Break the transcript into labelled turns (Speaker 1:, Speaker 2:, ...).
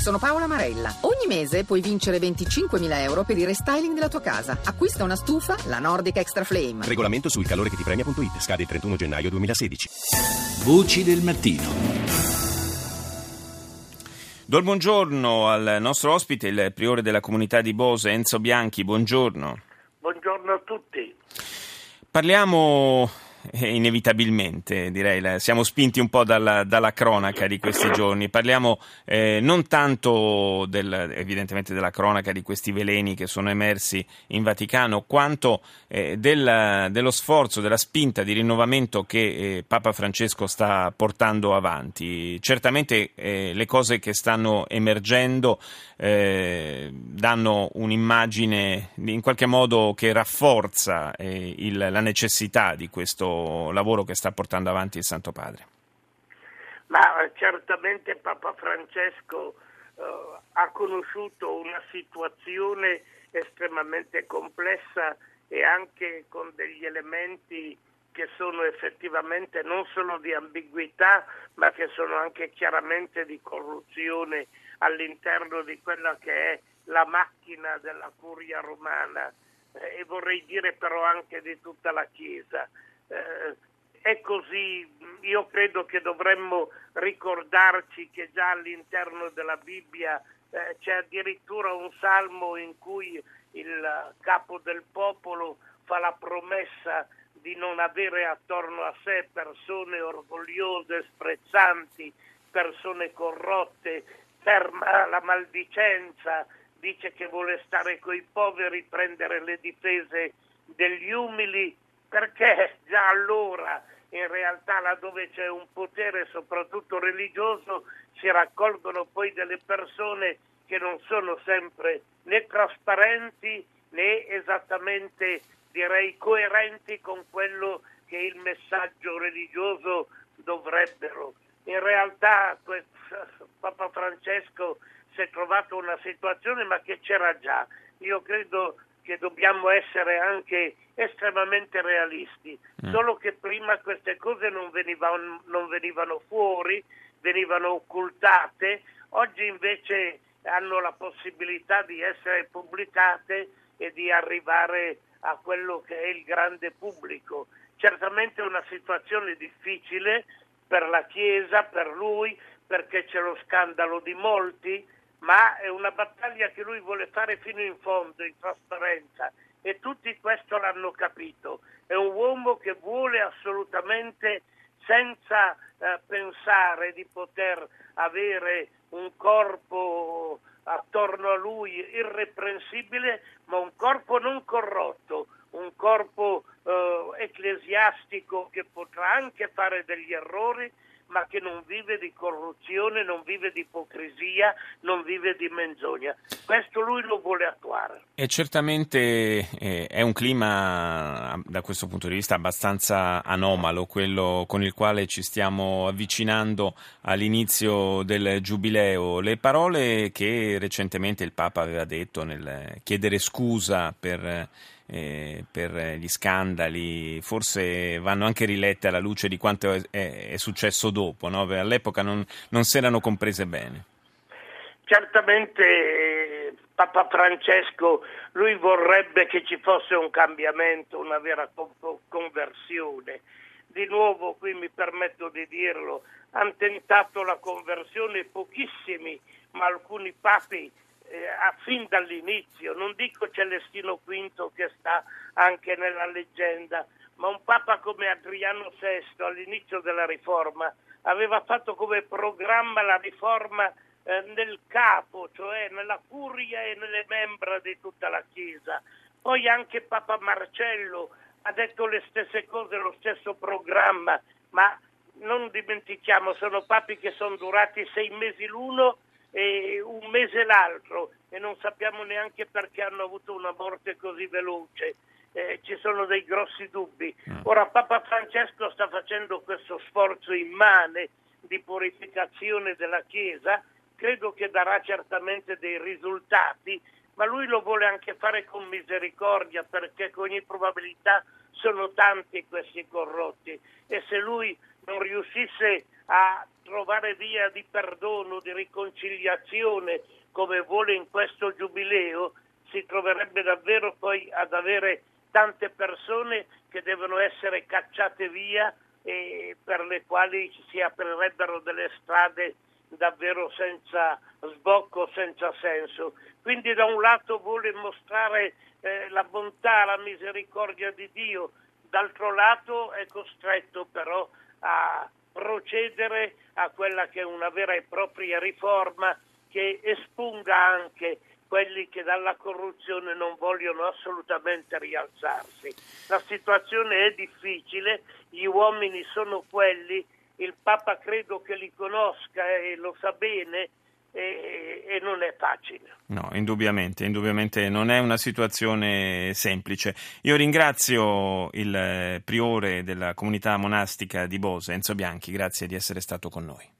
Speaker 1: Sono Paola Marella. Ogni mese puoi vincere 25.000 euro per il restyling della tua casa. Acquista una stufa, la Nordic Extra Flame.
Speaker 2: Regolamento sul calore che ti premia.it. Scade il 31 gennaio 2016.
Speaker 3: Voci del mattino.
Speaker 4: Do il buongiorno al nostro ospite, il priore della comunità di Bose, Enzo Bianchi. Buongiorno.
Speaker 5: Buongiorno a tutti.
Speaker 4: Parliamo inevitabilmente, direi, siamo spinti un po' dalla cronaca di questi giorni. Parliamo non tanto evidentemente della cronaca di questi veleni che sono emersi in Vaticano, quanto dello sforzo, della spinta di rinnovamento che Papa Francesco sta portando avanti. Certamente le cose che stanno emergendo danno un'immagine in qualche modo che rafforza la necessità di questo lavoro che sta portando avanti il Santo Padre.
Speaker 5: Ma certamente Papa Francesco ha conosciuto una situazione estremamente complessa e anche con degli elementi che sono effettivamente non solo di ambiguità, ma che sono anche chiaramente di corruzione all'interno di quella che è la macchina della curia romana e vorrei dire però anche di tutta la Chiesa. È così, io credo che dovremmo ricordarci che già all'interno della Bibbia c'è addirittura un salmo in cui il capo del popolo fa la promessa di non avere attorno a sé persone orgogliose, sprezzanti, persone corrotte, ferma la maldicenza, dice che vuole stare coi poveri, prendere le difese degli umili, perché già allora in realtà laddove c'è un potere soprattutto religioso si raccolgono poi delle persone che non sono sempre né trasparenti né esattamente direi coerenti con quello che il messaggio religioso dovrebbero. In realtà Papa Francesco si è trovato una situazione ma che c'era già. Io credo che dobbiamo essere anche estremamente realisti, solo che prima queste cose non venivano fuori, venivano occultate, oggi invece hanno la possibilità di essere pubblicate e di arrivare a quello che è il grande pubblico. Certamente è una situazione difficile per la Chiesa, per lui, perché c'è lo scandalo di molti, ma è una battaglia che lui vuole fare fino in fondo, in trasparenza, e tutti questo l'hanno capito. È un uomo che vuole assolutamente, senza pensare di poter avere un corpo attorno a lui irreprensibile, ma un corpo non corrotto, un corpo ecclesiastico che potrà anche fare degli errori, ma che non vive di corruzione, non vive di ipocrisia, non vive di menzogna. Questo lui lo vuole attuare.
Speaker 4: E certamente è un clima da questo punto di vista abbastanza anomalo, quello con il quale ci stiamo avvicinando all'inizio del Giubileo. Le parole che recentemente il Papa aveva detto nel chiedere scusa per gli scandali forse vanno anche rilette alla luce di quanto è successo dopo, no? All'epoca non si erano comprese bene.
Speaker 5: Certamente Papa Francesco, lui vorrebbe che ci fosse un cambiamento, una vera conversione. Di nuovo, qui mi permetto di dirlo, hanno tentato la conversione pochissimi, ma alcuni papi fin dall'inizio, non dico Celestino V che sta anche nella leggenda, ma un papa come Adriano VI all'inizio della Riforma aveva fatto come programma la riforma nel capo, cioè nella curia e nelle membra di tutta la Chiesa. Poi anche Papa Marcello ha detto le stesse cose, lo stesso programma, ma non dimentichiamo, sono papi che sono durati 6 mesi l'uno e un mese l'altro e non sappiamo neanche perché hanno avuto una morte così veloce. Ci sono dei grossi dubbi. Ora Papa Francesco sta facendo questo sforzo immane di purificazione della Chiesa, credo che darà certamente dei risultati, ma lui lo vuole anche fare con misericordia, perché con ogni probabilità sono tanti questi corrotti e se lui non riuscisse a trovare via di perdono, di riconciliazione, come vuole in questo giubileo, si troverebbe davvero poi ad avere tante persone che devono essere cacciate via e per le quali si aprirebbero delle strade davvero senza sbocco, senza senso. Quindi da un lato vuole mostrare la bontà, la misericordia di Dio, d'altro lato è costretto però a procedere a quella che è una vera e propria riforma che espunga anche quelli che dalla corruzione non vogliono assolutamente rialzarsi. La situazione è difficile, gli uomini sono quelli, il Papa credo che li conosca e lo sa bene e non è facile.
Speaker 4: No, indubbiamente non è una situazione semplice. Io ringrazio il priore della comunità monastica di Bose, Enzo Bianchi, grazie di essere stato con noi.